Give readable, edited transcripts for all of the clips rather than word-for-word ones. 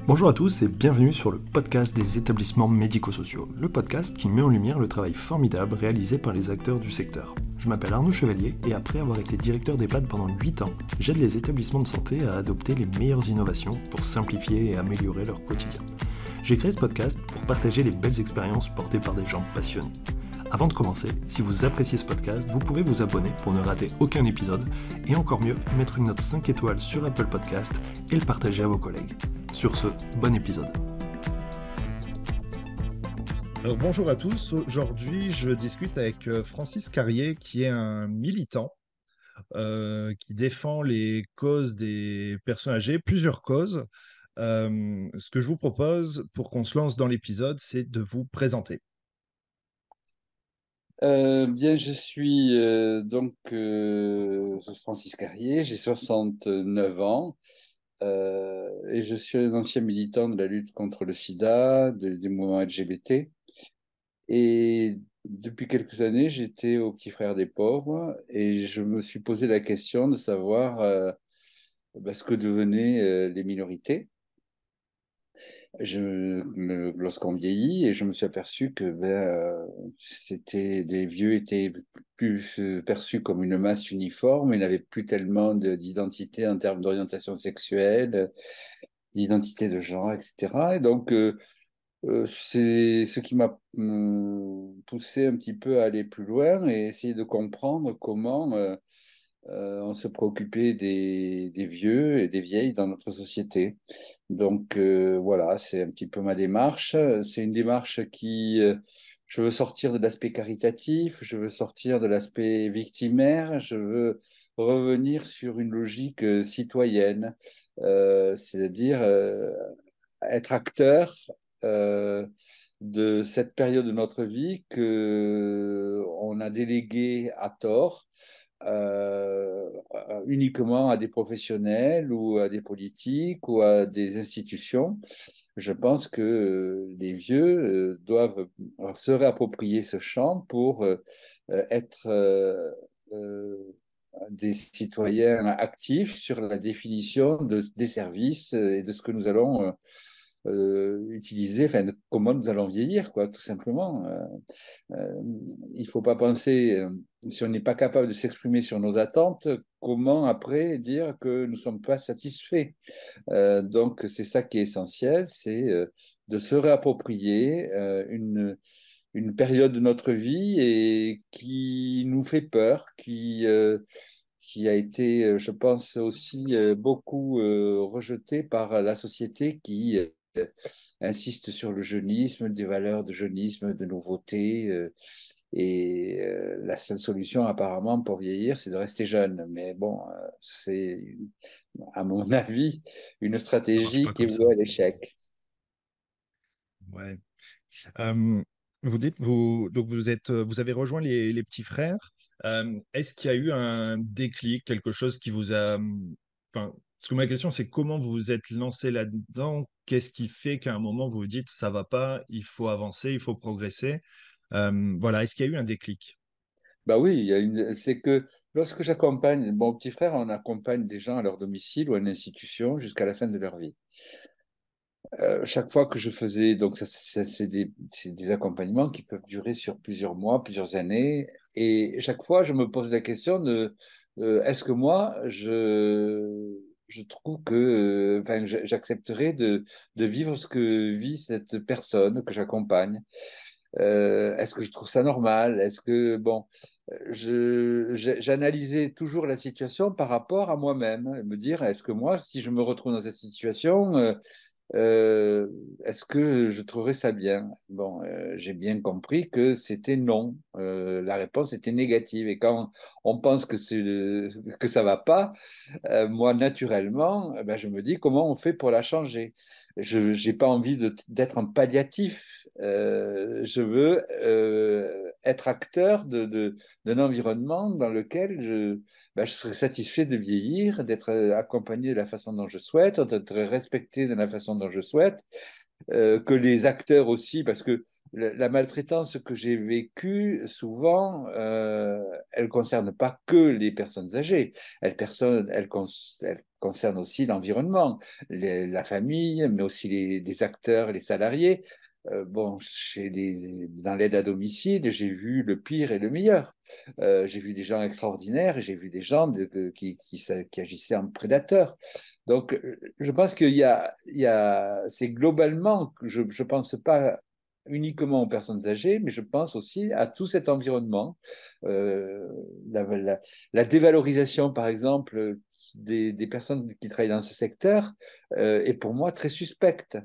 Bonjour à tous et bienvenue sur le podcast des établissements médico-sociaux, le podcast qui met en lumière le travail formidable réalisé par les acteurs du secteur. Je m'appelle Arnaud Chevalier et après avoir été directeur d'EHPAD pendant 8 ans, j'aide les établissements de santé à adopter les meilleures innovations pour simplifier et améliorer leur quotidien. J'ai créé ce podcast pour partager les belles expériences portées par des gens passionnés. Avant de commencer, si vous appréciez ce podcast, vous pouvez vous abonner pour ne rater aucun épisode et encore mieux, mettre une note 5 étoiles sur Apple Podcast et le partager à vos collègues. Sur ce, bon épisode. Alors, bonjour à tous. Aujourd'hui, je discute avec Francis Carrier, qui est un militant qui défend les causes des personnes âgées, plusieurs causes. Ce que je vous propose pour qu'on se lance dans l'épisode, c'est de vous présenter. Bien, je suis Francis Carrier, j'ai 69 ans et je suis un ancien militant de la lutte contre le sida, du mouvement LGBT. Et depuis quelques années, j'étais au Petit Frère des pauvres et je me suis posé la question de savoir ce que devenaient les minorités. Lorsqu'on vieillit, et je me suis aperçu que les vieux étaient plus perçus comme une masse uniforme et n'avaient plus tellement d'identité en termes d'orientation sexuelle, d'identité de genre, etc. Et donc, c'est ce qui m'a poussé un petit peu à aller plus loin et essayer de comprendre comment on se préoccupait des vieux et des vieilles dans notre société. Donc voilà, c'est un petit peu ma démarche. C'est une démarche je veux sortir de l'aspect caritatif, je veux sortir de l'aspect victimaire, je veux revenir sur une logique citoyenne, c'est-à-dire être acteur euh, de cette période de notre vie que on a déléguée à tort uniquement à des professionnels ou à des politiques ou à des institutions. Je pense que les vieux doivent se réapproprier ce champ pour être euh, des citoyens actifs sur la définition des services et de ce que nous allons utiliser, enfin, comment nous allons vieillir, quoi, tout simplement. Euh, il ne faut pas penser, si on n'est pas capable de s'exprimer sur nos attentes, comment après dire que nous ne sommes pas satisfaits. Donc, c'est ça qui est essentiel, c'est de se réapproprier une période de notre vie et qui nous fait peur, qui a été, je pense, aussi beaucoup rejetée par la société qui insiste sur le jeunisme, des valeurs de jeunisme, de nouveauté. La seule solution, apparemment, pour vieillir, c'est de rester jeune. Mais bon, c'est, à mon avis, une Ça marche stratégie pas qui est comme ça. vouée à l'échec. Ouais. Euh, Vous dites, vous avez rejoint les petits frères. Est-ce qu'il y a eu un déclic, quelque chose qui vous a, enfin, parce que ma question, c'est comment vous vous êtes lancé là-dedans? Qu'est-ce qui fait qu'à un moment vous vous dites, ça va pas, il faut avancer, il faut progresser? Voilà, est-ce qu'il y a eu un déclic? Bah oui, c'est que lorsque j'accompagne, mon petit frère, on accompagne des gens à leur domicile ou à une institution jusqu'à la fin de leur vie. Chaque fois que je faisais, donc c'est des accompagnements qui peuvent durer sur plusieurs mois, plusieurs années, et chaque fois je me pose la question de est-ce que moi je trouve que enfin, j'accepterais de vivre ce que vit cette personne que j'accompagne. Est-ce que je trouve ça normal? Est-ce que bon, j'analysais toujours la situation par rapport à moi-même, me dire est-ce que moi, si je me retrouve dans cette situation euh, est-ce que je trouverais ça bien? Bon, j'ai bien compris que c'était non. La réponse était négative. Et quand on pense que ça va pas, moi, naturellement, eh ben, je me dis comment on fait pour la changer. Je n'ai pas envie d'être un palliatif. Je veux être acteur d'un environnement dans lequel je serais satisfait de vieillir, d'être accompagné de la façon dont je souhaite, d'être respecté de la façon dont je souhaite, que les acteurs aussi, parce que la maltraitance que j'ai vécue, souvent, elle ne concerne pas que les personnes âgées. Elle concerne aussi l'environnement, la famille, mais aussi les acteurs, les salariés. Bon, dans l'aide à domicile, j'ai vu le pire et le meilleur. J'ai vu des gens extraordinaires et j'ai vu des gens qui agissaient en prédateurs. Donc, je pense c'est globalement, je ne pense pas uniquement aux personnes âgées, mais je pense aussi à tout cet environnement. Euh, la, la- la dévalorisation, par exemple, des personnes qui travaillent dans ce secteur est pour moi très suspecte.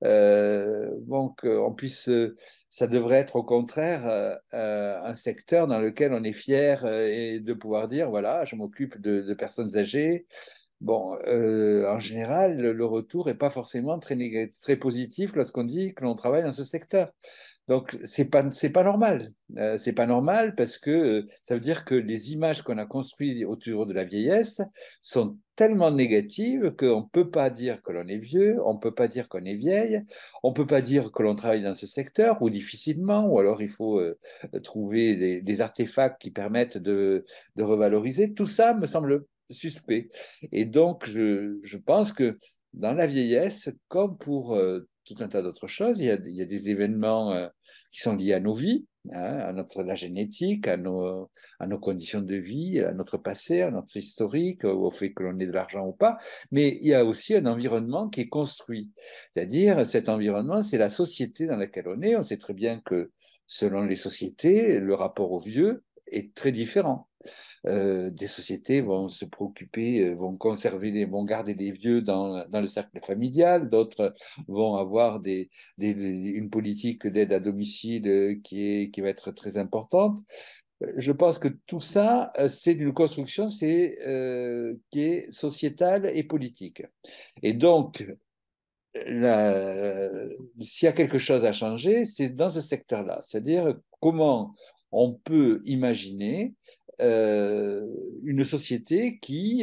Ça devrait être au contraire un secteur dans lequel on est fier et de pouvoir dire, voilà, je m'occupe de personnes âgées. Bon, en général, le retour n'est pas forcément très positif lorsqu'on dit que l'on travaille dans ce secteur. Donc, c'est pas normal. C'est pas normal parce que ça veut dire que les images qu'on a construites autour de la vieillesse sont tellement négatives qu'on ne peut pas dire que l'on est vieux, on ne peut pas dire qu'on est vieille, on ne peut pas dire que l'on travaille dans ce secteur, ou difficilement, ou alors il faut trouver des artefacts qui permettent de revaloriser. Tout ça me semble suspect. Et donc, je pense que dans la vieillesse, comme pour tout un tas d'autres choses, il y a des événements qui sont liés à nos vies, hein, la génétique, à nos conditions de vie, à notre passé, à notre historique, au fait que l'on ait de l'argent ou pas. Mais il y a aussi un environnement qui est construit. C'est-à-dire, cet environnement, c'est la société dans laquelle on est. On sait très bien que selon les sociétés, le rapport au vieux est très différent. Des sociétés vont se préoccuper, vont garder les vieux dans le cercle familial, d'autres vont avoir une politique d'aide à domicile qui va être très importante. Je pense que tout ça, c'est une construction qui est sociétale et politique. Et donc, s'il y a quelque chose à changer, c'est dans ce secteur-là. C'est-à-dire comment on peut imaginer une société qui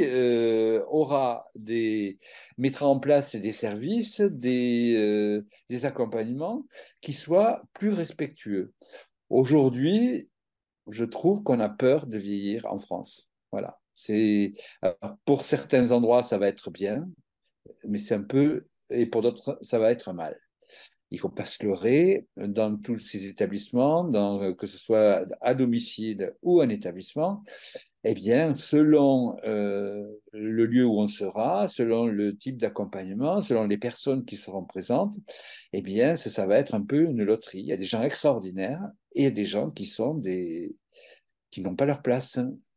mettra en place des services, des accompagnements qui soient plus respectueux. Aujourd'hui, je trouve qu'on a peur de vieillir en France. Voilà. Pour certains endroits, ça va être bien, mais c'est un peu, et pour d'autres, ça va être mal. Il ne faut pas se leurrer dans tous ces établissements, que ce soit à domicile ou en établissement. Eh bien, selon le lieu où on sera, selon le type d'accompagnement, selon les personnes qui seront présentes, eh bien, ça va être un peu une loterie. Il y a des gens extraordinaires et il y a des gens qui n'ont pas leur place.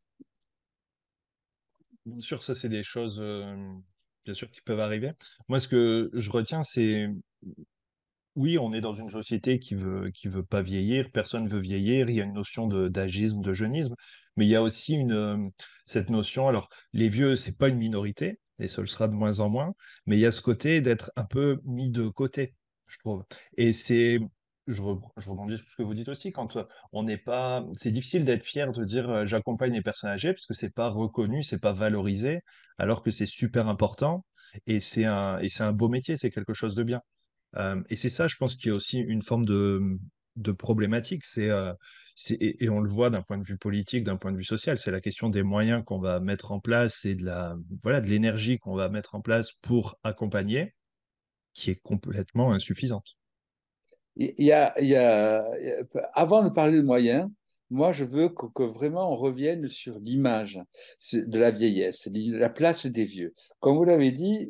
Bien sûr, ça, c'est des choses, bien sûr, qui peuvent arriver. Moi, ce que je retiens, c'est, oui, on est dans une société qui veut pas vieillir, personne veut vieillir, il y a une notion d'agisme, de jeunisme, mais il y a aussi cette notion, alors, les vieux, c'est pas une minorité, et ce le sera de moins en moins, mais il y a ce côté d'être un peu mis de côté, je trouve. Et je rebondis sur ce que vous dites aussi, quand on n'est pas, c'est difficile d'être fier de dire j'accompagne les personnes âgées, parce que c'est pas reconnu, c'est pas valorisé, alors que c'est super important, et c'est un beau métier, c'est quelque chose de bien. Et c'est ça, je pense, qui est aussi une forme de problématique. Et on le voit d'un point de vue politique, d'un point de vue social, c'est la question des moyens qu'on va mettre en place et voilà, de l'énergie qu'on va mettre en place pour accompagner, qui est complètement insuffisante. Avant de parler de moyens, moi, je veux que vraiment on revienne sur l'image de la vieillesse, la place des vieux. Comme vous l'avez dit,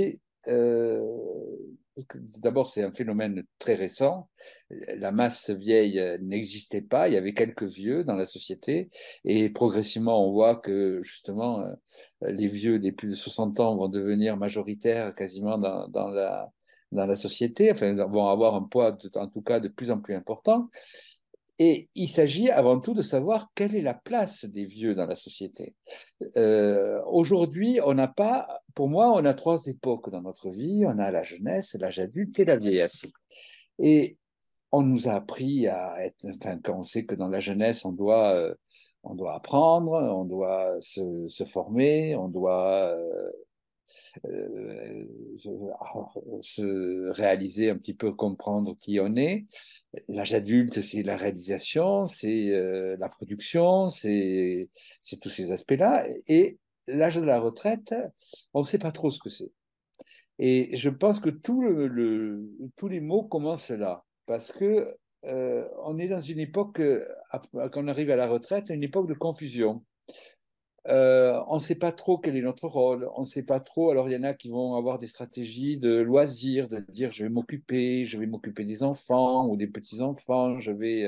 d'abord, c'est un phénomène très récent. La masse vieille n'existait pas. Il y avait quelques vieux dans la société. Et progressivement, on voit que justement, les vieux des plus de 60 ans vont devenir majoritaires quasiment dans la société, enfin, vont avoir un poids, en tout cas, de plus en plus important. Et il s'agit avant tout de savoir quelle est la place des vieux dans la société. Aujourd'hui, on n'a pas, pour moi, on a trois époques dans notre vie. On a la jeunesse, l'âge adulte et la vieillesse. Et on nous a appris à être, enfin, quand on sait que dans la jeunesse, on doit apprendre, on doit se former, on doit se réaliser un petit peu, comprendre qui on est. L'âge adulte, c'est la réalisation, c'est la production, c'est tous ces aspects-là. Et l'âge de la retraite, on ne sait pas trop ce que c'est. Et je pense que tous les mots commencent là, parce que on est dans une époque, quand on arrive à la retraite, une époque de confusion. On ne sait pas trop quel est notre rôle, on ne sait pas trop. Alors, il y en a qui vont avoir des stratégies de loisirs, de dire je vais m'occuper des enfants ou des petits-enfants,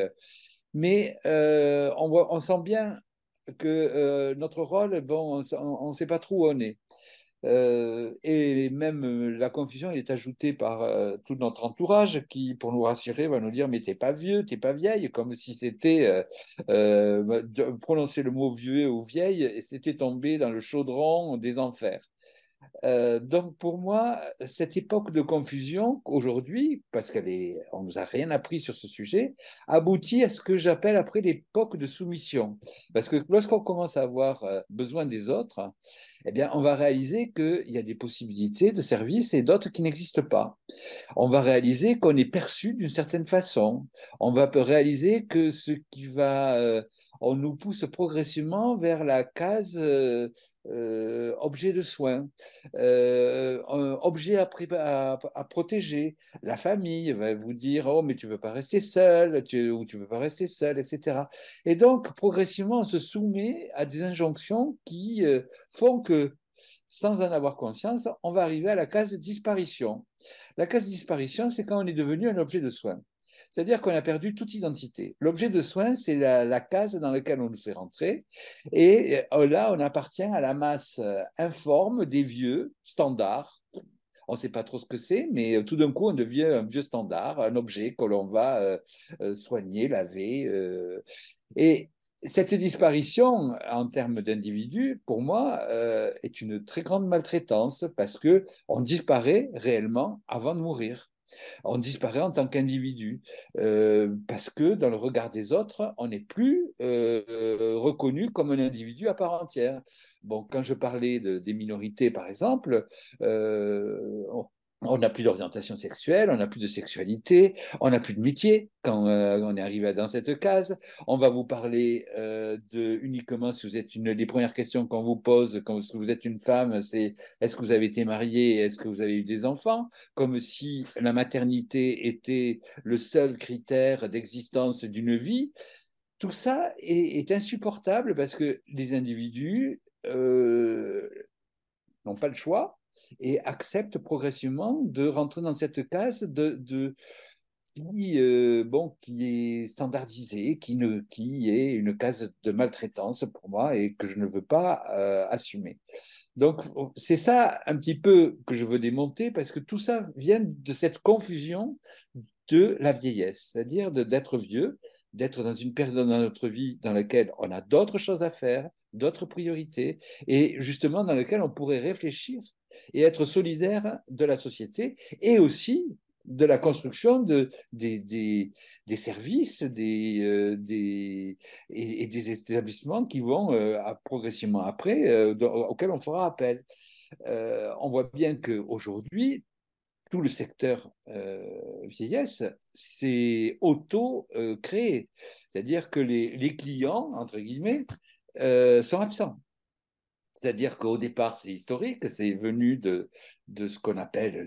mais on sent bien que notre rôle, bon, on ne sait pas trop où on est. Et même la confusion elle est ajoutée par tout notre entourage qui, pour nous rassurer, va nous dire mais t'es pas vieux, t'es pas vieille, comme si c'était prononcer le mot vieux ou vieille et c'était tomber dans le chaudron des enfers. Donc pour moi, cette époque de confusion aujourd'hui, parce on nous a rien appris sur ce sujet, aboutit à ce que j'appelle après l'époque de soumission. Parce que lorsqu'on commence à avoir besoin des autres, eh bien, on va réaliser qu'il y a des possibilités de service et d'autres qui n'existent pas. On va réaliser qu'on est perçu d'une certaine façon. On va réaliser que on nous pousse progressivement vers la case objet de soin, objet à protéger. La famille va vous dire, oh, mais tu ne peux pas rester seul, ou tu ne peux pas rester seul, etc. Et donc, progressivement, on se soumet à des injonctions qui font que, sans en avoir conscience, on va arriver à la case disparition. La case disparition, c'est quand on est devenu un objet de soin. C'est-à-dire qu'on a perdu toute identité. L'objet de soin, c'est la case dans laquelle on nous fait rentrer. Et là, on appartient à la masse informe des vieux standards. On ne sait pas trop ce que c'est, mais tout d'un coup, on devient un vieux standard, un objet que l'on va soigner, laver. Et cette disparition en termes d'individus, pour moi, est une très grande maltraitance parce qu'on disparaît réellement avant de mourir. On disparaît en tant qu'individu parce que dans le regard des autres, on n'est plus reconnu comme un individu à part entière. Bon, quand je parlais des minorités, par exemple, on n'a plus d'orientation sexuelle, on n'a plus de sexualité, on n'a plus de métier quand on est arrivé dans cette case. On va vous parler uniquement si vous êtes les premières questions qu'on vous pose quand vous êtes une femme, c'est est-ce que vous avez été marié, est-ce que vous avez eu des enfants, comme si la maternité était le seul critère d'existence d'une vie. Tout ça est insupportable parce que les individus n'ont pas le choix et acceptent progressivement de rentrer dans cette case qui est standardisée, qui est une case de maltraitance pour moi et que je ne veux pas assumer. Donc, c'est ça un petit peu que je veux démonter parce que tout ça vient de cette confusion de la vieillesse, c'est-à-dire d'être vieux, d'être dans une période dans notre vie dans laquelle on a d'autres choses à faire, d'autres priorités, et justement dans laquelle on pourrait réfléchir et être solidaire de la société et aussi de la construction des services et des établissements qui vont progressivement après, auxquels on fera appel. On voit bien qu'aujourd'hui, tout le secteur vieillesse s'est auto-créé. C'est-à-dire que les clients, entre guillemets, sont absents. C'est-à-dire qu'au départ, c'est historique, c'est venu de ce qu'on appelle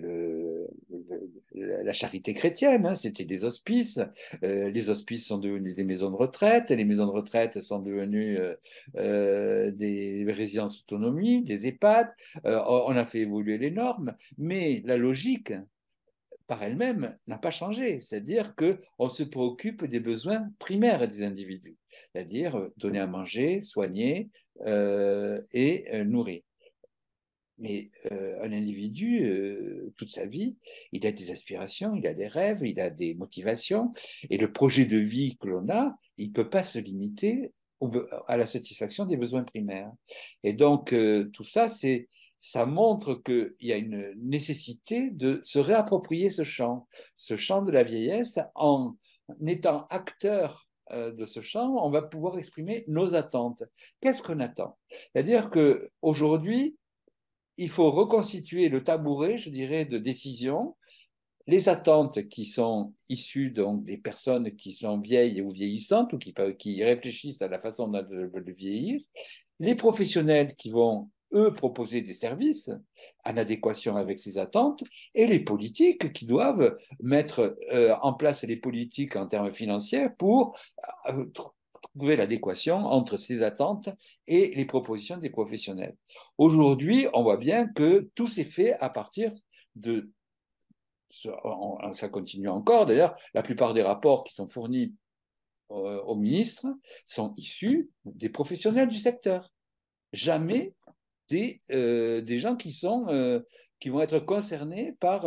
la charité chrétienne, hein. C'était des hospices. Les hospices sont devenus des maisons de retraite, les maisons de retraite sont devenues des résidences autonomie, des EHPAD. On a fait évoluer les normes, mais la logique, par elle-même, n'a pas changé. C'est-à-dire qu'on se préoccupe des besoins primaires des individus, c'est-à-dire donner à manger, soigner et nourrir. Mais un individu, toute sa vie, il a des aspirations, il a des rêves, il a des motivations, et le projet de vie que l'on a, il ne peut pas se limiter à la satisfaction des besoins primaires. Et donc, tout ça, ça montre qu'il y a une nécessité de se réapproprier ce champ de la vieillesse, en étant acteur de ce champ, on va pouvoir exprimer nos attentes. Qu'est-ce qu'on attend? C'est-à-dire qu'aujourd'hui, il faut reconstituer le tabouret, je dirais, de décision, les attentes qui sont issues donc des personnes qui sont vieilles ou vieillissantes ou qui réfléchissent à la façon de vieillir, les professionnels qui vont, eux, proposer des services en adéquation avec ces attentes, et les politiques qui doivent mettre en place les politiques en termes financiers pour trouver l'adéquation entre ces attentes et les propositions des professionnels. Aujourd'hui, on voit bien que tout s'est fait à partir de ça continue encore. D'ailleurs, la plupart des rapports qui sont fournis au ministre sont issus des professionnels du secteur. Jamais des gens qui vont être concernés par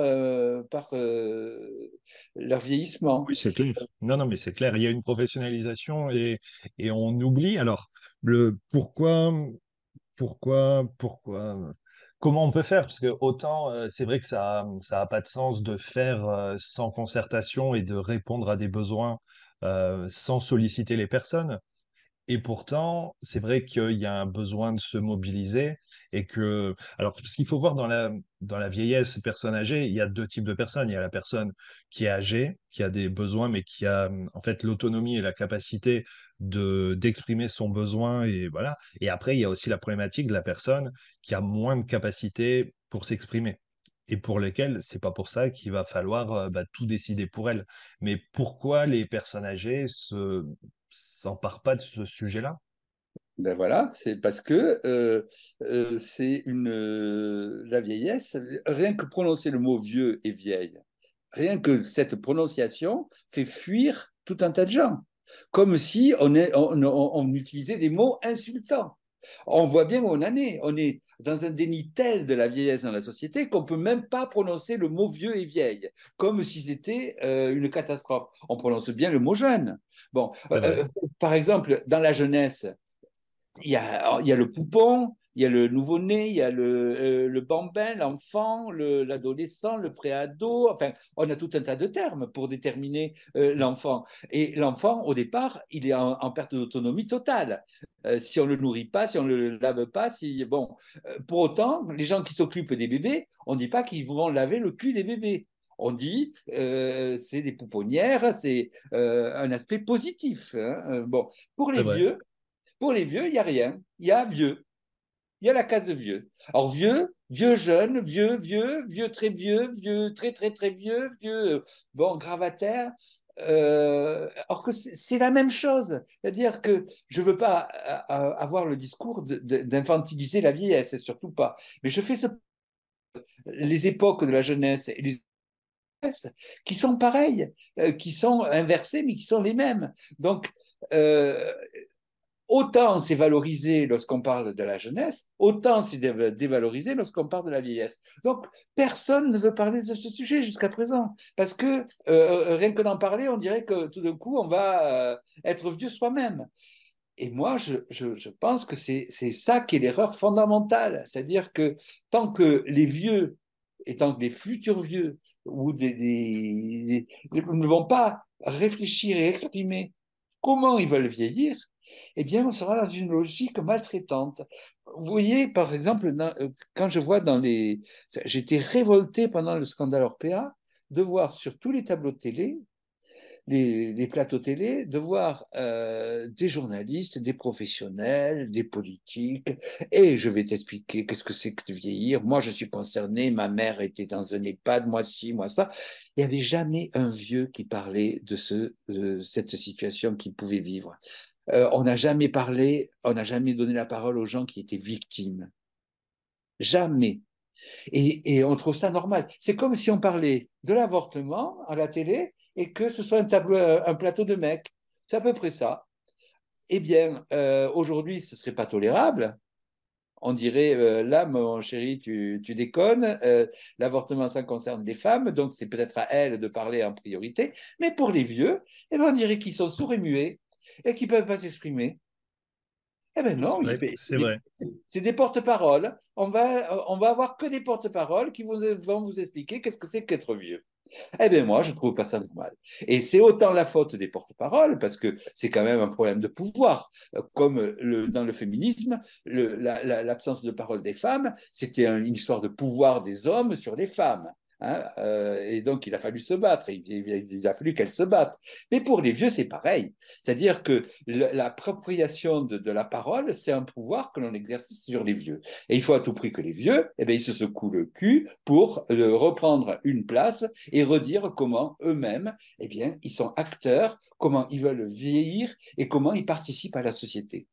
leur vieillissement. Oui, c'est clair. Non, non, mais c'est clair. Il y a une professionnalisation et on oublie. Alors, pourquoi, comment on peut faire? Parce que autant, c'est vrai que ça a pas de sens de faire sans concertation et de répondre à des besoins sans solliciter les personnes. Et pourtant, c'est vrai qu'il y a un besoin de se mobiliser et que, alors, ce qu'il faut voir dans la vieillesse, personne âgée, il y a deux types de personnes. Il y a la personne qui est âgée, qui a des besoins, mais qui a en fait l'autonomie et la capacité d'exprimer son besoin et voilà. Et après, il y a aussi la problématique de la personne qui a moins de capacité pour s'exprimer et pour lesquelles c'est pas pour ça qu'il va falloir tout décider pour elle. Mais pourquoi les personnes âgées s'emparent pas de ce sujet-là? Ben voilà, c'est parce que la vieillesse, rien que prononcer le mot vieux et vieille, rien que cette prononciation fait fuir tout un tas de gens, comme si on utilisait des mots insultants. On voit bien où on est dans un déni tel de la vieillesse dans la société qu'on ne peut même pas prononcer le mot vieux et vieille, comme si c'était une catastrophe. On prononce bien le mot jeune. Bon, C'est vrai. par exemple, dans la jeunesse, il y a le poupon, il y a le nouveau-né, il y a le bambin, l'enfant, l'adolescent, le préado. Enfin, on a tout un tas de termes pour déterminer l'enfant. Et l'enfant, au départ, il est en perte d'autonomie totale. Si on ne le nourrit pas, si on ne le lave pas, si bon. Pour autant, les gens qui s'occupent des bébés, on ne dit pas qu'ils vont laver le cul des bébés. On dit c'est des pouponnières, c'est un aspect positif. Hein. Bon, pour C'est les vrai. vieux, il n'y a rien. Il y a vieux. Il y a la case vieux. Alors, vieux, vieux jeune, vieux, vieux, vieux très vieux, vieux très, très, très vieux, vieux, bon, gravataire. Or que c'est la même chose. C'est-à-dire que je ne veux pas avoir le discours d'infantiliser la vieillesse, surtout pas. Mais je fais les époques de la jeunesse et les qui sont pareilles, qui sont inversées, mais qui sont les mêmes. Donc, euh, autant c'est valorisé lorsqu'on parle de la jeunesse, autant c'est dévalorisé lorsqu'on parle de la vieillesse. Donc, personne ne veut parler de ce sujet jusqu'à présent, parce que rien que d'en parler, on dirait que tout d'un coup, on va être vieux soi-même. Et moi, je pense que c'est ça qui est l'erreur fondamentale, c'est-à-dire que tant que les vieux, et tant que les futurs vieux, ou ne vont pas réfléchir et exprimer comment ils veulent vieillir, eh bien, on sera dans une logique maltraitante. Vous voyez, par exemple, quand je vois dans les... J'étais révolté pendant le scandale Orpea de voir sur tous les tableaux de télé, les plateaux télé, de voir des journalistes, des professionnels, des politiques, et je vais t'expliquer qu'est-ce que c'est que de vieillir. Moi, je suis concerné, ma mère était dans un EHPAD, moi ci, moi ça. Il n'y avait jamais un vieux qui parlait de cette situation qu'il pouvait vivre. On n'a jamais parlé, on n'a jamais donné la parole aux gens qui étaient victimes. Jamais. Et on trouve ça normal. C'est comme si on parlait de l'avortement à la télé et que ce soit un plateau de mecs. C'est à peu près ça. Eh bien, aujourd'hui, ce ne serait pas tolérable. On dirait, là, mon chéri, tu déconnes, l'avortement, ça concerne les femmes, donc c'est peut-être à elles de parler en priorité. Mais pour les vieux, eh ben, on dirait qu'ils sont sourds et muets et qu'ils ne peuvent pas s'exprimer. Eh bien C'est non, vrai, c'est vrai. c'est des porte-paroles. On va avoir que des porte-paroles qui vont vous expliquer qu'est-ce que c'est qu'être vieux. Eh bien, moi, je ne trouve pas ça normal. Et c'est autant la faute des porte-paroles, parce que c'est quand même un problème de pouvoir. Comme dans le féminisme, l'absence de parole des femmes, c'était une histoire de pouvoir des hommes sur les femmes. Hein, et donc, il a fallu se battre, il a fallu qu'elles se battent. Mais pour les vieux, c'est pareil. C'est-à-dire que l'appropriation de la parole, c'est un pouvoir que l'on exerce sur les vieux. Et il faut à tout prix que les vieux, eh bien, ils se secouent le cul pour reprendre une place et redire comment eux-mêmes, eh bien, ils sont acteurs, comment ils veulent vieillir et comment ils participent à la société.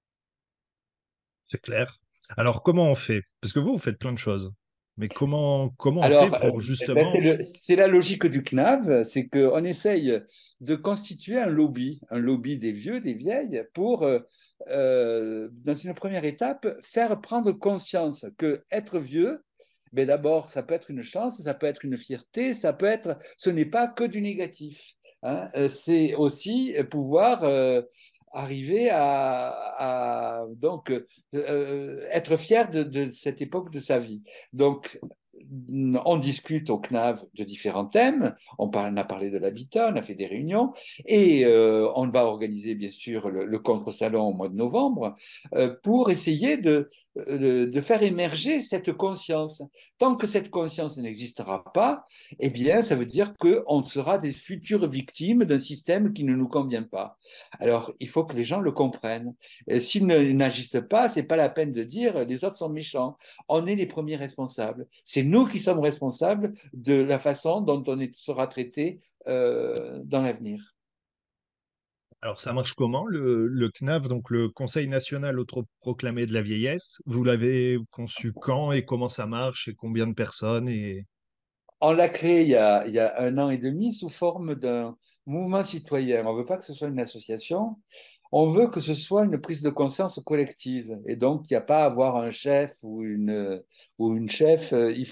C'est clair. Alors, comment on fait? Parce que vous faites plein de choses. Mais comment on fait Alors, pour ben, justement... c'est la logique du CNAV, c'est qu'on essaye de constituer un lobby des vieux, des vieilles, pour, dans une première étape, faire prendre conscience que être vieux, ben d'abord, ça peut être une chance, ça peut être une fierté, ce n'est pas que du négatif. Hein. C'est aussi pouvoir arriver donc être fier de cette époque de sa vie. Donc, on discute au CNAV de différents thèmes. On a parlé de l'habitat, on a fait des réunions et on va organiser bien sûr le contre-salon au mois de novembre pour essayer de faire émerger cette conscience. Tant que cette conscience n'existera pas, eh bien, ça veut dire qu'on sera des futures victimes d'un système qui ne nous convient pas. Alors, il faut que les gens le comprennent. S'ils n'agissent pas, c'est pas la peine de dire les autres sont méchants. On est les premiers responsables. C'est nous qui sommes responsables de la façon dont sera traité dans l'avenir. Alors, ça marche comment, le CNAV, donc le Conseil national autoproclamé de la vieillesse? Vous l'avez conçu quand et comment ça marche et combien de personnes et... On l'a créé il y a 1 an et demi sous forme d'un mouvement citoyen. On ne veut pas que ce soit une association, on veut que ce soit une prise de conscience collective. Et donc, il n'y a pas à avoir un chef ou une chef.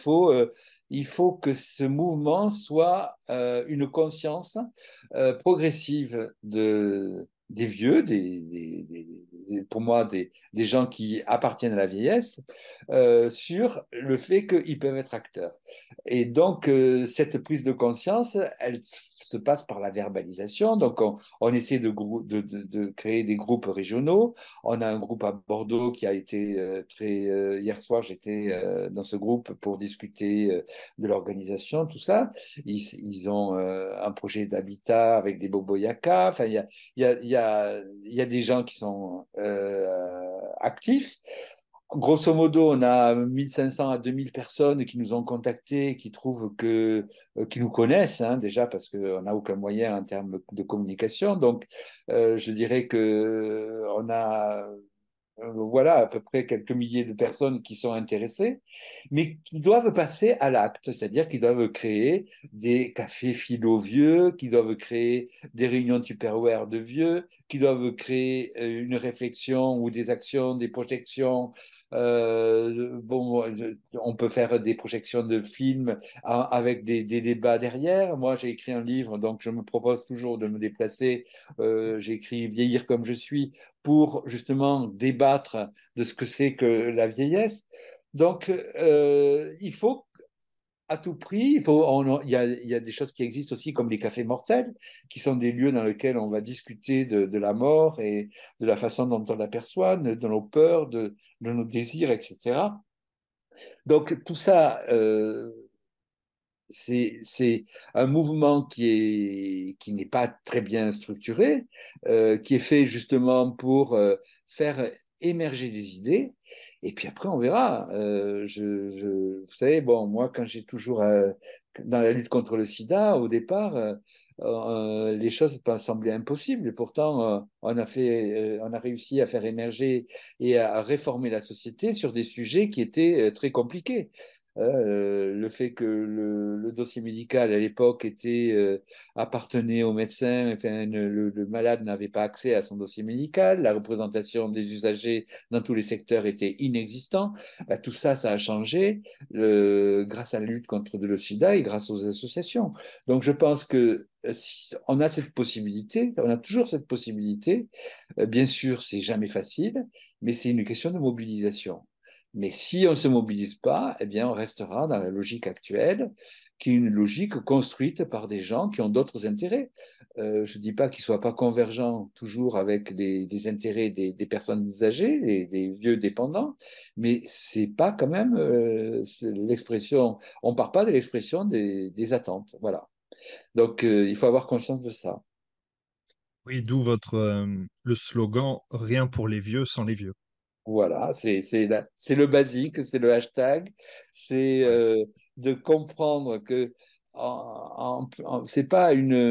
Il faut que ce mouvement soit une conscience progressive des vieux, pour moi, des gens qui appartiennent à la vieillesse, sur le fait qu'ils peuvent être acteurs. Et donc, cette prise de conscience, elle se passe par la verbalisation. Donc, on essaie de créer des groupes régionaux. On a un groupe à Bordeaux qui a été hier soir, j'étais dans ce groupe pour discuter de l'organisation, tout ça. Ils ont un projet d'habitat avec des boboyacas. Enfin, il y a des gens qui sont actifs. Grosso modo, on a 1500 à 2000 personnes qui nous ont contactés, qui nous connaissent, hein, déjà parce qu'on n'a aucun moyen en termes de communication. Donc, je dirais que on a voilà, à peu près quelques milliers de personnes qui sont intéressées, mais qui doivent passer à l'acte, c'est-à-dire qu'ils doivent créer des cafés philo vieux, qui doivent créer des réunions Tupperware de vieux, qui doivent créer une réflexion ou des actions, des projections. Bon, on peut faire des projections de films avec des débats derrière. Moi, j'ai écrit un livre, donc je me propose toujours de me déplacer. J'ai écrit Vieillir comme je suis pour justement débattre de ce que c'est que la vieillesse. Donc, il faut à tout prix, il y a des choses qui existent aussi comme les cafés mortels, qui sont des lieux dans lesquels on va discuter de la mort et de la façon dont on l'aperçoit, de nos peurs, de nos désirs, etc. Donc tout ça, c'est un mouvement qui n'est pas très bien structuré, qui est fait justement pour faire émerger des idées. Et puis après, on verra. Vous savez, bon, moi, quand j'ai toujours, dans la lutte contre le sida, au départ, les choses semblaient impossibles. Et pourtant, on a réussi à faire émerger et à réformer la société sur des sujets qui étaient très compliqués. Le fait que le dossier médical à l'époque appartenait au médecin, enfin, le malade n'avait pas accès à son dossier médical, la représentation des usagers dans tous les secteurs était inexistante. Bah, tout ça, ça a changé grâce à la lutte contre le sida et grâce aux associations. Donc je pense que si on a cette possibilité, on a toujours cette possibilité. Bien sûr, c'est jamais facile, mais c'est une question de mobilisation. Mais si on ne se mobilise pas, eh bien, on restera dans la logique actuelle qui est une logique construite par des gens qui ont d'autres intérêts. Je ne dis pas qu'ils ne soient pas convergents toujours avec les intérêts des personnes âgées et des vieux dépendants, mais c'est pas quand même l'expression, on ne part pas de l'expression des attentes. Voilà. Donc, il faut avoir conscience de ça. Oui, d'où le slogan Rien pour les vieux sans les vieux. Voilà, c'est le basique, c'est le hashtag, c'est Ouais. de comprendre que c'est pas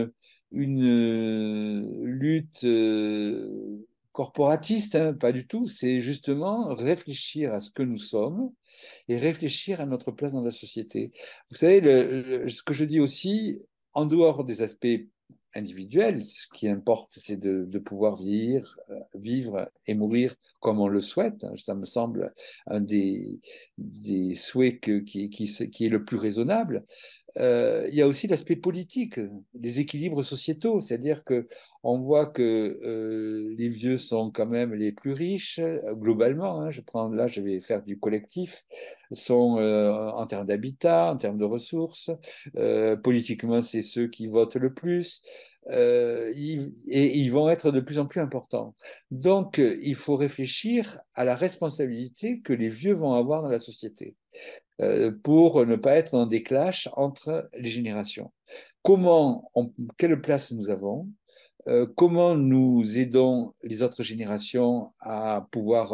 une lutte corporatiste, hein, pas du tout, c'est justement réfléchir à ce que nous sommes et réfléchir à notre place dans la société. Vous savez, ce que je dis aussi, en dehors des aspects individuels, ce qui importe, c'est de pouvoir vivre et mourir comme on le souhaite. Ça me semble un des souhaits qui est le plus raisonnable. Il y a aussi l'aspect politique, les équilibres sociétaux, c'est-à-dire que on voit que les vieux sont quand même les plus riches globalement. Hein, je vais faire du collectif, sont en termes d'habitat, en termes de ressources. Politiquement, c'est ceux qui votent le plus. Et ils vont être de plus en plus importants. Donc, il faut réfléchir à la responsabilité que les vieux vont avoir dans la société pour ne pas être dans des clashs entre les générations. Quelle place nous avons? Comment nous aidons les autres générations à pouvoir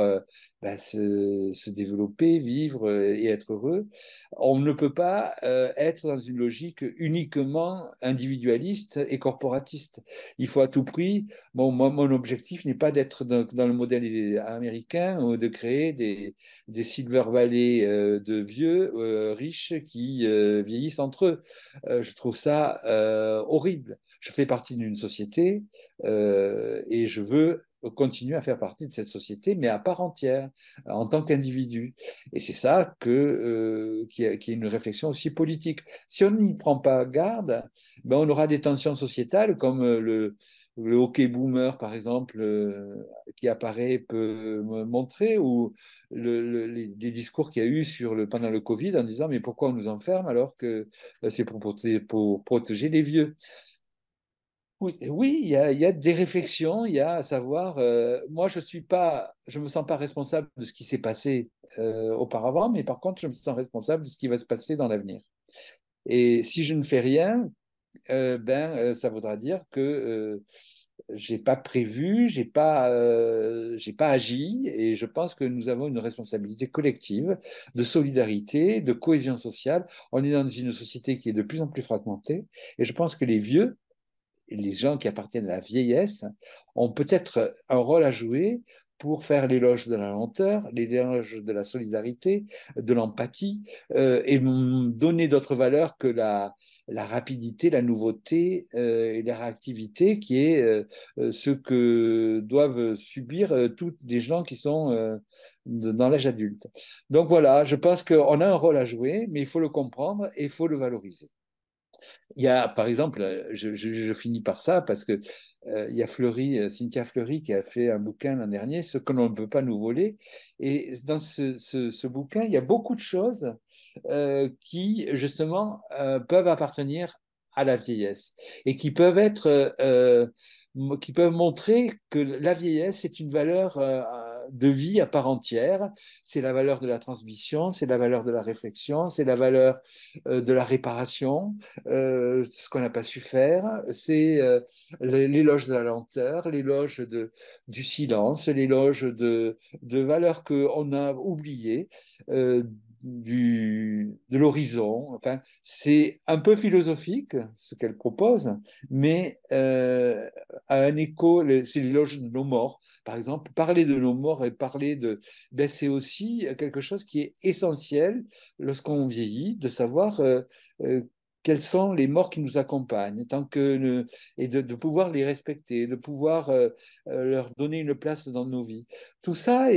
se développer, vivre et être heureux. On ne peut pas être dans une logique uniquement individualiste et corporatiste. Il faut à tout prix, mon objectif n'est pas d'être dans le modèle américain ou de créer des Silver Valley de vieux riches qui vieillissent entre eux. Je trouve ça horrible. Je fais partie d'une société et je veux continuer à faire partie de cette société, mais à part entière, en tant qu'individu. Et c'est ça qui est une réflexion aussi politique. Si on n'y prend pas garde, ben on aura des tensions sociétales comme le hockey boomer, par exemple, qui apparaît, peut montrer, ou les discours qu'il y a eu pendant le Covid en disant mais pourquoi on nous enferme alors que c'est pour protéger les vieux. Oui, oui, il y a des réflexions, il y a à savoir, moi je me sens pas responsable de ce qui s'est passé auparavant, mais par contre je me sens responsable de ce qui va se passer dans l'avenir. Et si je ne fais rien, ça voudra dire que j'ai pas prévu, j'ai pas agi, et je pense que nous avons une responsabilité collective de solidarité, de cohésion sociale. On est dans une société qui est de plus en plus fragmentée, et je pense que les vieux les gens qui appartiennent à la vieillesse ont peut-être un rôle à jouer pour faire l'éloge de la lenteur, l'éloge de la solidarité, de l'empathie, et donner d'autres valeurs que la rapidité, la nouveauté et la réactivité, qui est ce que doivent subir tous les gens qui sont dans l'âge adulte. Donc voilà, je pense qu'on a un rôle à jouer, mais il faut le comprendre et il faut le valoriser. Il y a, par exemple, je finis par ça parce que il y a Cynthia Fleury qui a fait un bouquin l'an dernier, Ce que l'on ne peut pas nous voler. Et dans ce bouquin, il y a beaucoup de choses qui, justement, peuvent appartenir à la vieillesse et qui peuvent montrer que la vieillesse est une valeur de vie à part entière. C'est la valeur de la transmission, c'est la valeur de la réflexion, c'est la valeur de la réparation, ce qu'on n'a pas su faire, c'est l'éloge de la lenteur, l'éloge du silence, l'éloge de valeurs qu'on a oubliées, de l'horizon. Enfin, c'est un peu philosophique ce qu'elle propose, mais a un écho, c'est l'éloge de nos morts. Par exemple, parler de nos morts et c'est aussi quelque chose qui est essentiel lorsqu'on vieillit, de savoir euh, quels sont les morts qui nous accompagnent, et de pouvoir les respecter, de pouvoir leur donner une place dans nos vies. Tout ça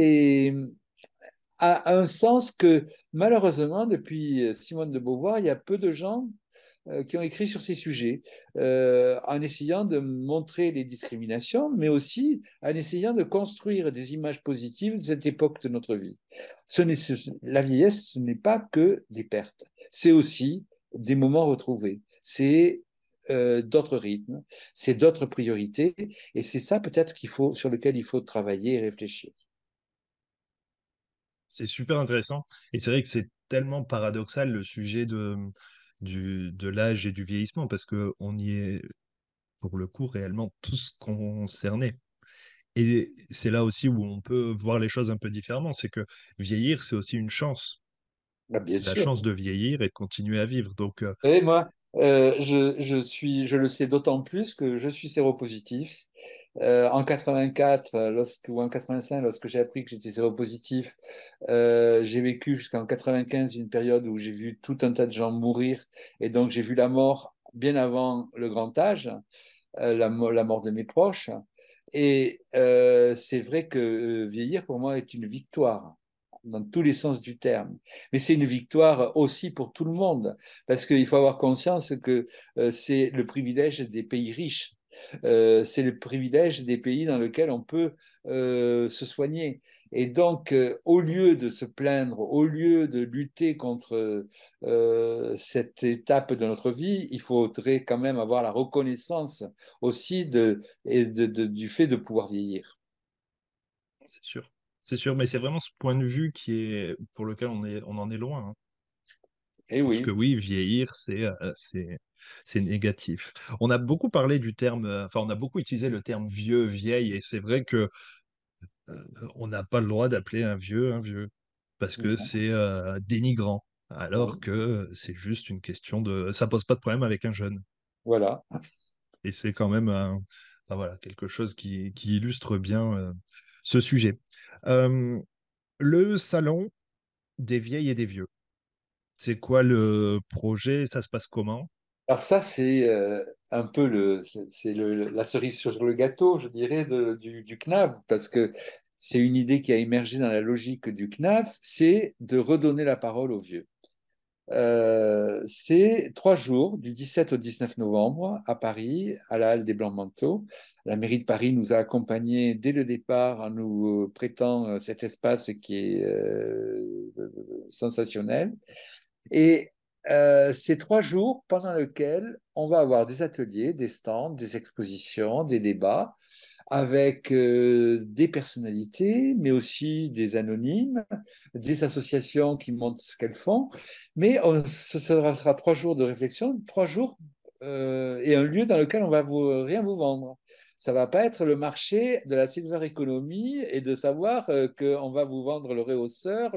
a un sens que malheureusement, depuis Simone de Beauvoir, il y a peu de gens qui ont écrit sur ces sujets, en essayant de montrer les discriminations, mais aussi en essayant de construire des images positives de cette époque de notre vie. La vieillesse, ce n'est pas que des pertes, c'est aussi des moments retrouvés. C'est d'autres rythmes, c'est d'autres priorités, et c'est ça peut-être sur lequel il faut travailler et réfléchir. C'est super intéressant. Et c'est vrai que c'est tellement paradoxal le sujet de l'âge et du vieillissement, parce qu'on y est, pour le coup, réellement tous concernés. Et c'est là aussi où on peut voir les choses un peu différemment. C'est que vieillir, c'est aussi une chance. Ah, bien C'est la sûr. chance de vieillir et de continuer à vivre. Donc, Et moi, je le sais d'autant plus que je suis séropositif. En 84, ou en 85, lorsque j'ai appris que j'étais séropositif, j'ai vécu jusqu'en 95 une période où j'ai vu tout un tas de gens mourir. Et donc, j'ai vu la mort bien avant le grand âge, la mort de mes proches. Et c'est vrai que vieillir, pour moi, est une victoire dans tous les sens du terme. Mais c'est une victoire aussi pour tout le monde, parce qu'il faut avoir conscience que c'est le privilège des pays riches. C'est le privilège des pays dans lesquels on peut se soigner. Et donc, au lieu de se plaindre, au lieu de lutter contre cette étape de notre vie, il faudrait quand même avoir la reconnaissance aussi du fait de pouvoir vieillir. c'est sûr. C'est sûr, mais c'est vraiment ce point de vue pour lequel on en est loin, hein. Et Parce que oui, oui, vieillir, c'est négatif. On a beaucoup parlé du terme, enfin, on a beaucoup utilisé le terme vieux, vieille, et c'est vrai que on n'a pas le droit d'appeler un vieux, parce que c'est dénigrant, alors oui, que c'est juste une question ça pose pas de problème avec un jeune. voilà. Et c'est quand même enfin, voilà, quelque chose qui illustre bien ce sujet. Euh, le salon des vieilles et des vieux, c'est quoi le projet? Ça se passe comment? Alors ça, c'est un peu la cerise sur le gâteau, je dirais, du CNAV, parce que c'est une idée qui a émergé dans la logique du CNAV, c'est de redonner la parole aux vieux. C'est 3 jours, du 17 au 19 novembre, à Paris, à la Halle des Blancs-Manteaux. La mairie de Paris nous a accompagnés dès le départ en nous prêtant cet espace qui est sensationnel. Et c'est 3 jours pendant lesquels on va avoir des ateliers, des stands, des expositions, des débats avec des personnalités, mais aussi des anonymes, des associations qui montrent ce qu'elles font. Mais ce sera 3 jours de réflexion, 3 jours et un lieu dans lequel on va rien vous vendre. Ça va pas être le marché de la silver economy et de savoir qu'on va vous vendre le réhausseur,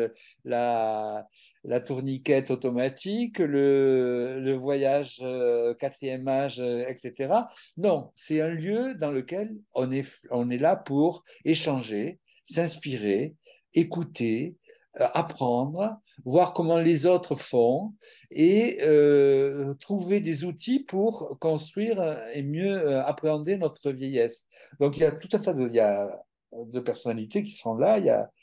la, la tourniquette automatique, le voyage quatrième âge, etc. Non, c'est un lieu dans lequel on est là pour échanger, s'inspirer, écouter, apprendre, voir comment les autres font et trouver des outils pour construire et mieux appréhender notre vieillesse. Donc il y a tout un tas de personnalités qui seront là.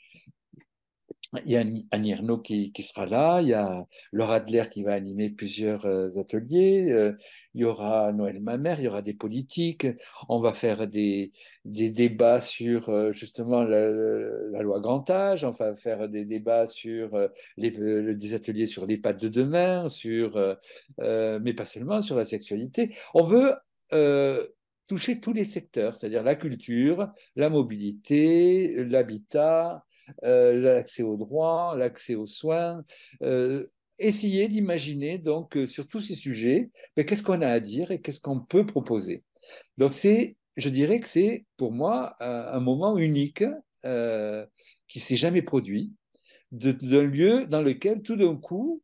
Il y a Annie Ernaux qui sera là, il y a Laura Adler qui va animer plusieurs ateliers, il y aura Noël Mamère, il y aura des politiques, on va faire des débats sur justement la loi grand âge, on va faire des débats sur des ateliers sur les pattes de demain, mais pas seulement sur la sexualité. On veut toucher tous les secteurs, c'est-à-dire la culture, la mobilité, l'habitat, l'accès aux droits, l'accès aux soins. Essayer d'imaginer donc sur tous ces sujets, mais qu'est-ce qu'on a à dire et qu'est-ce qu'on peut proposer. Donc je dirais que c'est pour moi un moment unique qui s'est jamais produit, d'un lieu dans lequel tout d'un coup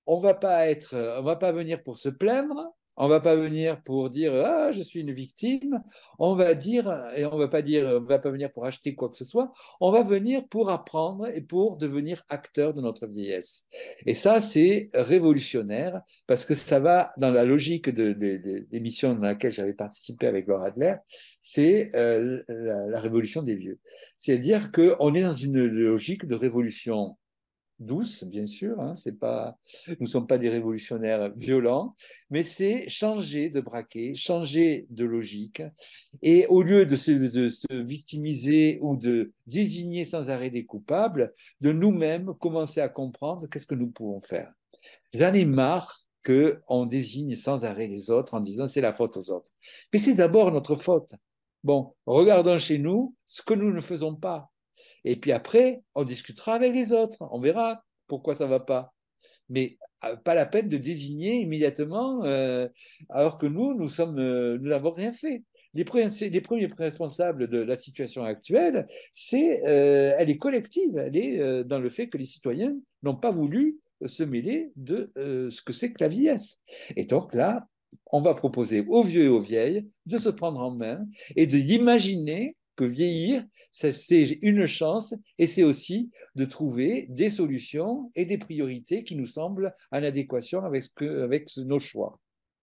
on va pas venir pour se plaindre, on va pas venir pour dire ah je suis une victime, on va dire et on va pas venir pour acheter quoi que ce soit, on va venir pour apprendre et pour devenir acteur de notre vieillesse. Et ça c'est révolutionnaire parce que ça va dans la logique de l'émission dans laquelle j'avais participé avec Laura Adler, c'est la révolution des vieux. C'est-à-dire qu'on est dans une logique de révolution douce, bien sûr, hein, c'est pas, nous ne sommes pas des révolutionnaires violents, mais c'est changer de braquet, changer de logique. Et au lieu de se victimiser ou de désigner sans arrêt des coupables, de nous-mêmes commencer à comprendre qu'est-ce que nous pouvons faire. J'en ai marre qu'on désigne sans arrêt les autres en disant c'est la faute aux autres. Mais c'est d'abord notre faute. Bon, regardons chez nous ce que nous ne faisons pas. Et puis après, on discutera avec les autres. On verra pourquoi ça ne va pas. Mais pas la peine de désigner immédiatement, alors que nous n'avons rien fait. Les premiers responsables de la situation actuelle, elle est collective. Elle est dans le fait que les citoyens n'ont pas voulu se mêler de ce que c'est que la vieillesse. Et donc là, on va proposer aux vieux et aux vieilles de se prendre en main et d'imaginer que vieillir, c'est une chance et c'est aussi de trouver des solutions et des priorités qui nous semblent en adéquation avec nos choix.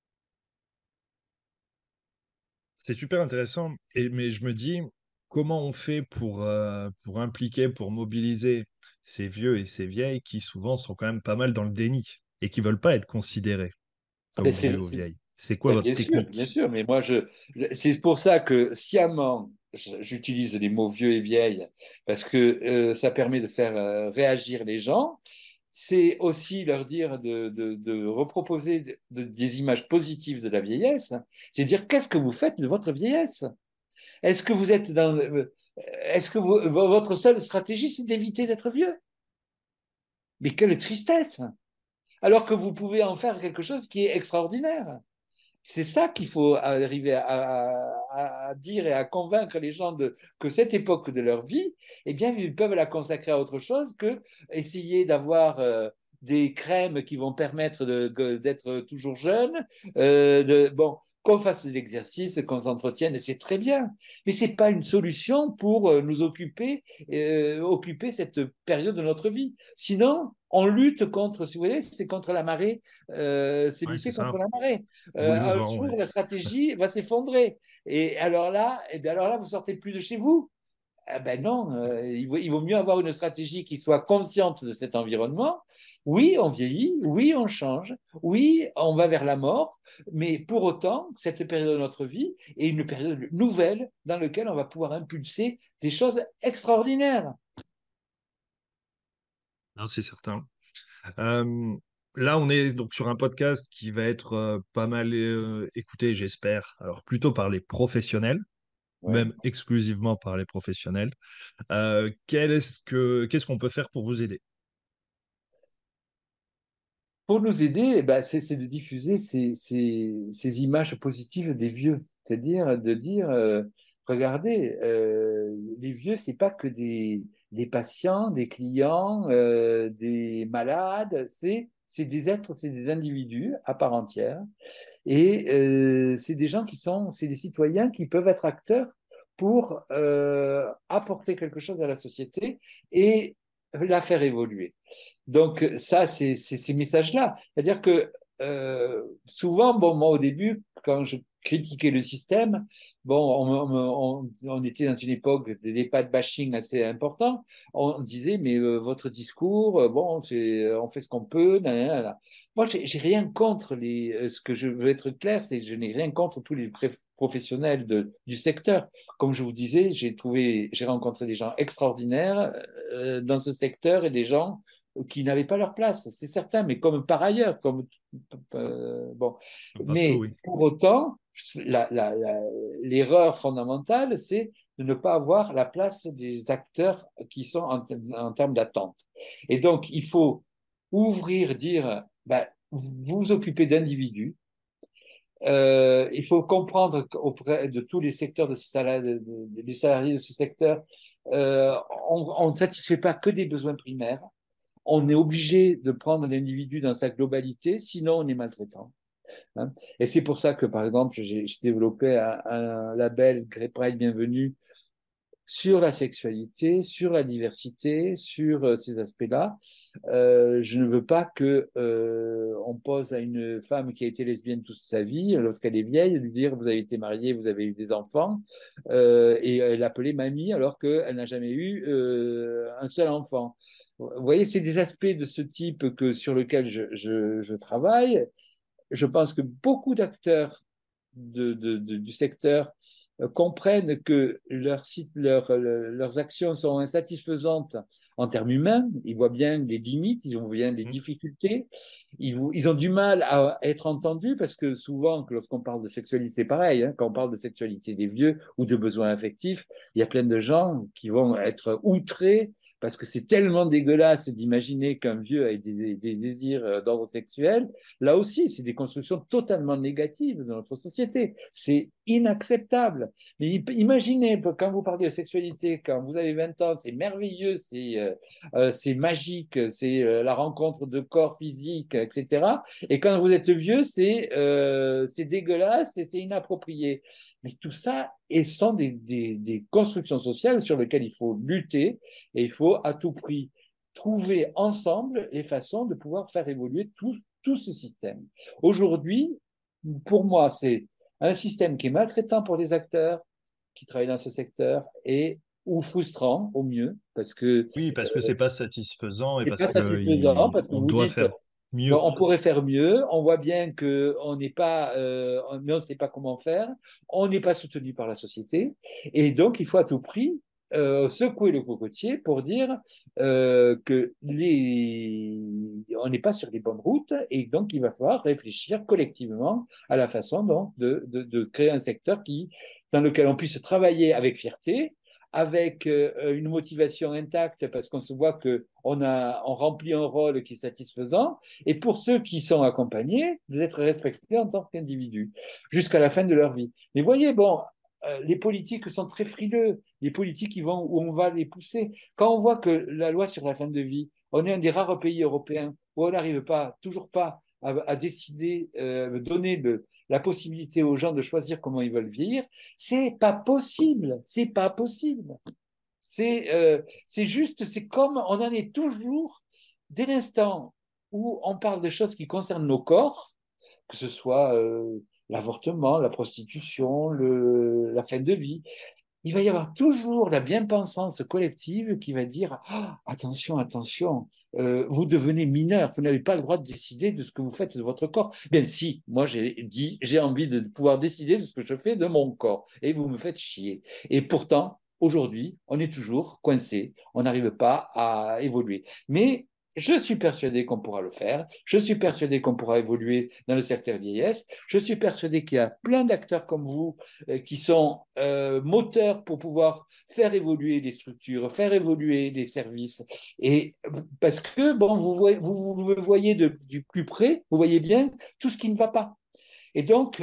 C'est super intéressant. Mais je me dis, comment on fait pour impliquer, pour mobiliser ces vieux et ces vieilles qui souvent sont quand même pas mal dans le déni et qui veulent pas être considérés Ben comme vieux ou vieilles. C'est quoi ben votre bien technique? sûr, mais c'est pour ça que sciemment, j'utilise les mots vieux et vieilles, parce que ça permet de faire réagir les gens. C'est aussi leur dire de reproposer des images positives de la vieillesse. C'est dire qu'est-ce que vous faites de votre vieillesse? Est-ce que vous êtes dans est-ce que votre seule stratégie c'est d'éviter d'être vieux? Mais quelle tristesse! Alors que vous pouvez en faire quelque chose qui est extraordinaire. C'est ça qu'il faut arriver à dire et à convaincre les gens que cette époque de leur vie, eh bien, ils peuvent la consacrer à autre chose que essayer d'avoir des crèmes qui vont permettre d'être toujours jeune. Bon, qu'on fasse de l'exercice, qu'on s'entretienne, et c'est très bien. Mais c'est pas une solution pour nous occuper cette période de notre vie. Sinon, on lutte contre, si vous voulez, c'est contre la marée, c'est Ouais, c'est lutter ça. contre la marée. Boule au Un vent, ouais. jour, la stratégie va s'effondrer. Et alors là, vous sortez plus de chez vous. Ah ben non, il vaut mieux avoir une stratégie qui soit consciente de cet environnement. Oui, on vieillit, oui, on change, oui, on va vers la mort, mais pour autant, cette période de notre vie est une période nouvelle dans laquelle on va pouvoir impulser des choses extraordinaires. Non, c'est certain. Euh, Là, on est donc sur un podcast qui va être pas mal écouté, j'espère. Alors, plutôt par les professionnels, Ouais. même exclusivement par les professionnels. Qu'est-ce qu'on peut faire pour vous aider? Pour nous aider, eh ben, c'est de diffuser ces images positives des vieux. C'est-à-dire de dire, regardez, les vieux, c'est pas que des patients, des clients, des malades, c'est des êtres, c'est des individus à part entière. Et c'est des gens c'est des citoyens qui peuvent être acteurs pour apporter quelque chose à la société et la faire évoluer. Donc, ça, c'est ces messages-là. C'est-à-dire que souvent, bon, moi, au début, quand je critiquais le système, bon, on était dans une époque des débats de bashing assez importants. On disait, mais votre discours, bon, on fait ce qu'on peut. Nanana. Moi, j'ai rien contre ce que je veux être clair, c'est que je n'ai rien contre tous les professionnels du secteur. Comme je vous disais, j'ai rencontré des gens extraordinaires dans ce secteur et des gens qui n'avaient pas leur place, c'est certain, mais comme par ailleurs, bon. Partout, Mais oui. pour autant, l'erreur fondamentale, c'est de ne pas avoir la place des acteurs qui sont en termes d'attente. Et donc, il faut ouvrir, dire, ben, vous vous occupez d'individus. Il faut comprendre qu'auprès de tous les secteurs des salariés de ce secteur, on ne satisfait pas que des besoins primaires. On est obligé de prendre l'individu dans sa globalité, sinon on est maltraitant. Hein. Et c'est pour ça que, par exemple, j'ai développé un label Grey Pride Bienvenue sur la sexualité, sur la diversité, sur ces aspects-là. Je ne veux pas que on pose à une femme qui a été lesbienne toute sa vie, lorsqu'elle est vieille, de lui dire vous avez été mariée, vous avez eu des enfants, et l'appeler mamie alors qu'elle n'a jamais eu un seul enfant. Vous voyez, c'est des aspects de ce type sur lequel je travaille. Je pense que beaucoup d'acteurs du secteur comprennent que leurs actions sont insatisfaisantes en termes humains, ils voient bien les limites, ils voient bien les difficultés, ils ont du mal à être entendus parce que souvent, lorsqu'on parle de sexualité, pareil, hein, quand on parle de sexualité des vieux ou de besoins affectifs, il y a plein de gens qui vont être outrés parce que c'est tellement dégueulasse d'imaginer qu'un vieux ait des désirs d'ordre sexuel. Là aussi, c'est des constructions totalement négatives de notre société. C'est inacceptable. Mais imaginez, quand vous parlez de sexualité, quand vous avez 20 ans, c'est merveilleux, c'est magique, c'est la rencontre de corps physiques, etc. Et quand vous êtes vieux, c'est dégueulasse et c'est inapproprié. Mais tout ça sont des constructions sociales sur lesquelles il faut lutter et il faut à tout prix trouver ensemble les façons de pouvoir faire évoluer tout ce système. Aujourd'hui, pour moi, c'est un système qui est maltraitant pour les acteurs qui travaillent dans ce secteur et ou frustrant au mieux parce que Oui, parce que c'est pas satisfaisant et c'est parce pas que satisfaisant parce que on vous doit dites faire bon, mieux. on pourrait faire mieux, on voit bien que on n'est pas mais on ne sait pas comment faire, on n'est pas soutenu par la société et donc il faut à tout prix secouer le cocotier pour dire on n'est pas sur les bonnes routes et donc il va falloir réfléchir collectivement à la façon donc de créer un secteur dans lequel on puisse travailler avec fierté, avec une motivation intacte parce qu'on se voit qu'on remplit un rôle qui est satisfaisant et pour ceux qui sont accompagnés, d'être respectés en tant qu'individus jusqu'à la fin de leur vie. Mais voyez, bon, les politiques sont très frileux. Les politiques, ils vont où on va les pousser. Quand on voit que la loi sur la fin de vie, on est un des rares pays européens où on n'arrive pas, toujours pas, à décider, donner la possibilité aux gens de choisir comment ils veulent vieillir, c'est pas possible. C'est pas possible. C'est juste, c'est comme on en est toujours, dès l'instant où on parle de choses qui concernent nos corps, que ce soit l'avortement, la prostitution, la fin de vie, il va y avoir toujours la bien-pensance collective qui va dire ah, attention, attention, vous devenez mineur, vous n'avez pas le droit de décider de ce que vous faites de votre corps. Bien si, moi j'ai envie de pouvoir décider de ce que je fais de mon corps, et vous me faites chier. Et pourtant, aujourd'hui, on est toujours coincé, on n'arrive pas à évoluer. Mais je suis persuadé qu'on pourra le faire. Je suis persuadé qu'on pourra évoluer dans le secteur vieillesse. Je suis persuadé qu'il y a plein d'acteurs comme vous qui sont moteurs pour pouvoir faire évoluer les structures, faire évoluer les services. Et parce que, bon, vous voyez du plus près, vous voyez bien tout ce qui ne va pas. Et donc,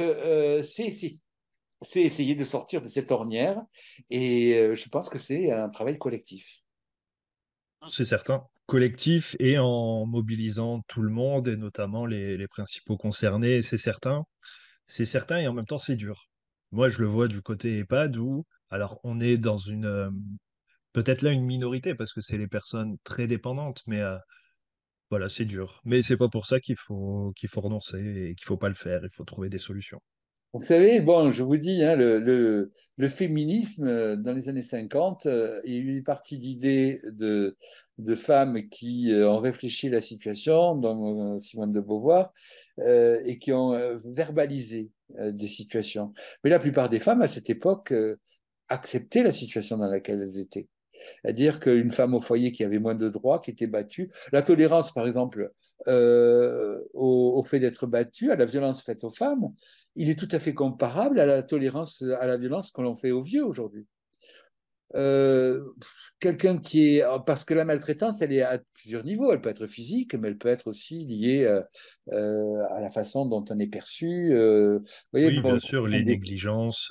c'est essayer de sortir de cette ornière. Et je pense que c'est un travail collectif. C'est certain. Collectif et en mobilisant tout le monde et notamment les principaux concernés, c'est certain. C'est certain et en même temps c'est dur. Moi, je le vois du côté EHPAD où, alors on est dans peut-être là une minorité parce que c'est les personnes très dépendantes, mais voilà, c'est dur. Mais c'est pas pour ça qu'il faut renoncer et qu'il faut pas le faire. Il faut trouver des solutions. Vous savez, bon, je vous dis, hein, le féminisme, dans les années 50, il y a eu une partie d'idées de femmes qui ont réfléchi à la situation, dont Simone de Beauvoir, et qui ont verbalisé des situations. Mais la plupart des femmes, à cette époque, acceptaient la situation dans laquelle elles étaient. C'est-à-dire qu'une femme au foyer qui avait moins de droits, qui était battue, la tolérance, par exemple, au fait d'être battue, à la violence faite aux femmes, il est tout à fait comparable à la tolérance à la violence que l'on fait aux vieux aujourd'hui. Euh, Quelqu'un qui est... Parce que la maltraitance, elle est à plusieurs niveaux. Elle peut être physique, mais elle peut être aussi liée à la façon dont on est perçu. Vous voyez, Oui, bien bon, sûr, les négligences.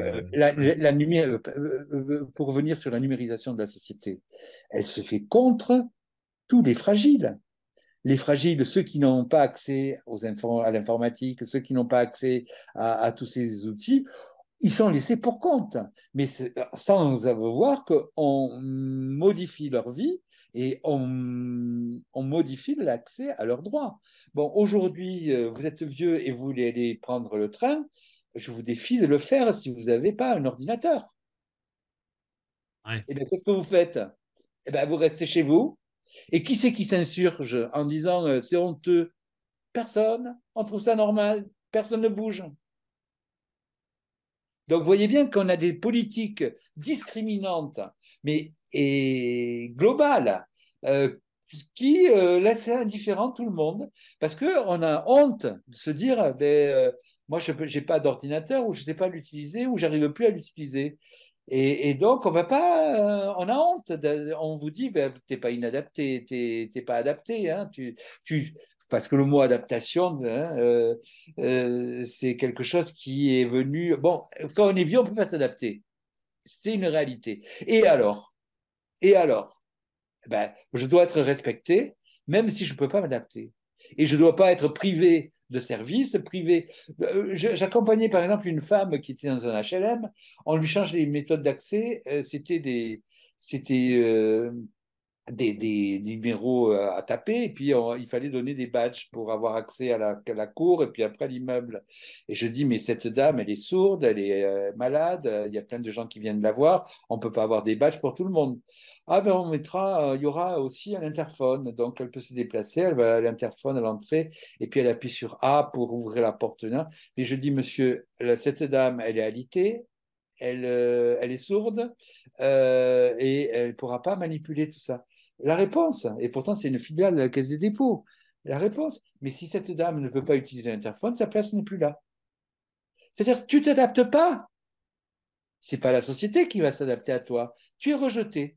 pour revenir sur la numérisation de la société, elle se fait contre tous les fragiles. Les fragiles, ceux qui n'ont pas accès à l'informatique, ceux qui n'ont pas accès à tous ces outils, ils sont laissés pour compte, mais sans voir qu'on modifie leur vie et on modifie l'accès à leurs droits. Bon, aujourd'hui, vous êtes vieux et vous voulez aller prendre le train, je vous défie de le faire si vous n'avez pas un ordinateur. Ouais. Et bien, qu'est-ce que vous faites? Eh bien, vous restez chez vous. Et qui c'est qui s'insurge en disant c'est honteux? Personne. On trouve ça normal. Personne ne bouge. Donc, vous voyez bien qu'on a des politiques discriminantes, mais et globales, qui laissent indifférent tout le monde, parce qu'on a honte de se dire, moi, je n'ai pas d'ordinateur, ou je ne sais pas l'utiliser, ou j'arrive plus à l'utiliser. Et donc, on va pas, on a honte. On vous dit, tu n'es pas inadapté, tu n'es pas adapté. Hein, parce que le mot adaptation, hein, c'est quelque chose qui est venu. Bon, quand on est vieux, on ne peut pas s'adapter. C'est une réalité. Et alors? Je dois être respecté, même si je ne peux pas m'adapter. Et je ne dois pas être privé de services, privé. J'accompagnais par exemple une femme qui était dans un HLM, on lui change les méthodes d'accès, c'était des numéros à taper, et puis il fallait donner des badges pour avoir accès à la cour, et puis après à l'immeuble. Et je dis, mais cette dame, elle est sourde, elle est malade, il y a plein de gens qui viennent la voir, on ne peut pas avoir des badges pour tout le monde. Ah ben on mettra, il y aura aussi un interphone, donc elle peut se déplacer, elle va à l'interphone à l'entrée, et puis elle appuie sur A pour ouvrir la porte. Et je dis, monsieur, cette dame, elle est alitée, elle est sourde, et elle ne pourra pas manipuler tout ça. La réponse, et pourtant c'est une filiale de la Caisse des dépôts, la réponse, mais si cette dame ne peut pas utiliser l'interphone, sa place n'est plus là. C'est-à-dire, tu ne t'adaptes pas. Ce n'est pas la société qui va s'adapter à toi. Tu es rejeté.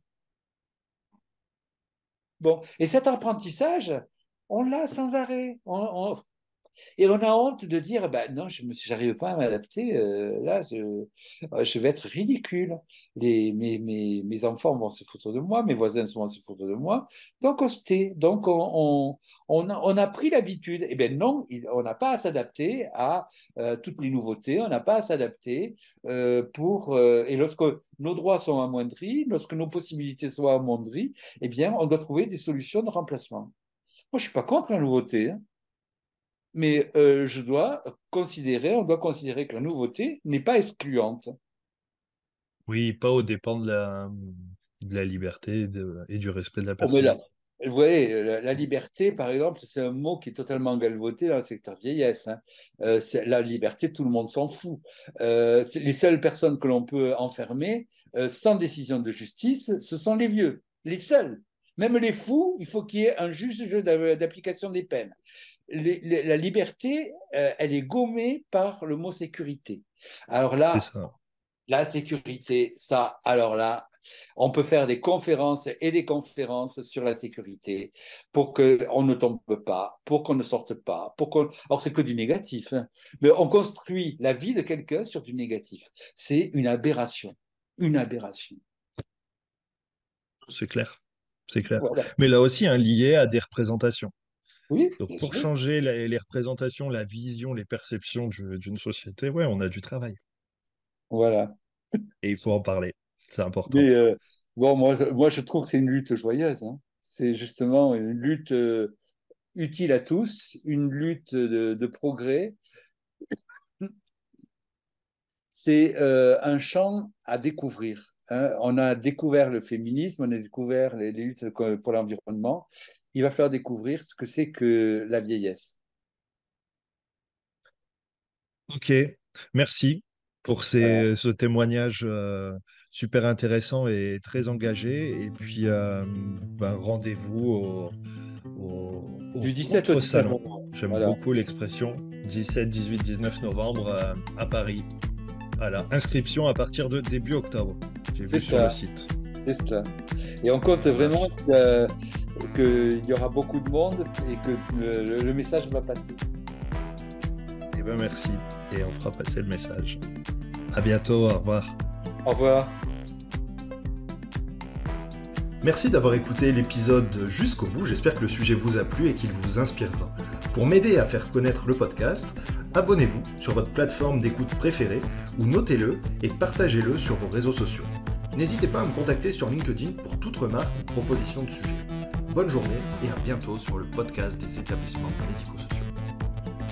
Bon, et cet apprentissage, on l'a sans arrêt. Et on a honte de dire, non, je n'arrive pas à m'adapter, là, je vais être ridicule. Mes enfants vont se foutre de moi, mes voisins vont se foutre de moi. Donc, on se tait. Donc, on a pris l'habitude. Eh bien, non, on n'a pas à s'adapter à toutes les nouveautés, on n'a pas à s'adapter et lorsque nos droits sont amoindris, lorsque nos possibilités sont amoindries, eh bien, on doit trouver des solutions de remplacement. Moi, je ne suis pas contre la nouveauté, hein. Mais on doit considérer que la nouveauté n'est pas excluante. Oui, pas au dépend de la liberté et du respect de la Oh, mais personne. là, vous voyez, la liberté, par exemple, c'est un mot qui est totalement galvaudé dans le secteur vieillesse, hein. La liberté, tout le monde s'en fout. Les seules personnes que l'on peut enfermer sans décision de justice, ce sont les vieux, les seuls. Même les fous, il faut qu'il y ait un juste jeu d'application des peines. La liberté, elle est gommée par le mot sécurité. Alors C'est là, ça. la sécurité, ça, alors là, on peut faire des conférences et des conférences sur la sécurité pour qu'on ne tombe pas, pour qu'on ne sorte pas, Alors, c'est que du négatif, hein. Mais on construit la vie de quelqu'un sur du négatif. C'est une aberration. Une aberration. C'est clair. C'est clair. Voilà. Mais là aussi, hein, lié à des représentations. Oui, Donc, bien pour sûr. changer les représentations, la vision, les perceptions d'une société, ouais, on a du travail. Voilà. Et il faut en parler. C'est Mais important. bon, moi, je trouve que c'est une lutte joyeuse, hein. C'est justement une lutte utile à tous, une lutte de progrès. C'est un champ à découvrir, hein. On a découvert le féminisme, on a découvert les luttes pour l'environnement. Il va falloir découvrir ce que c'est que la vieillesse. Ok, merci pour Voilà. ce témoignage super intéressant et très engagé. Et puis, rendez-vous au Du 17 au 19 contre-salon. novembre. J'aime Voilà, beaucoup l'expression 17, 18, 19 novembre à Paris. Voilà, inscription à partir de début octobre. J'ai c'est vu sur le ça, site. c'est ça. Et on compte Ça vraiment marche. qu'il y aura beaucoup de monde et que le message va passer. Eh bien, merci. Et on fera passer le message. À bientôt. Au revoir. Au revoir. Merci d'avoir écouté l'épisode jusqu'au bout, j'espère que le sujet vous a plu et qu'il vous inspirera. Pour m'aider à faire connaître le podcast, abonnez-vous sur votre plateforme d'écoute préférée ou notez-le et partagez-le sur vos réseaux sociaux. N'hésitez pas à me contacter sur LinkedIn pour toute remarque ou proposition de sujet. Bonne journée et à bientôt sur le podcast des établissements médico-sociaux.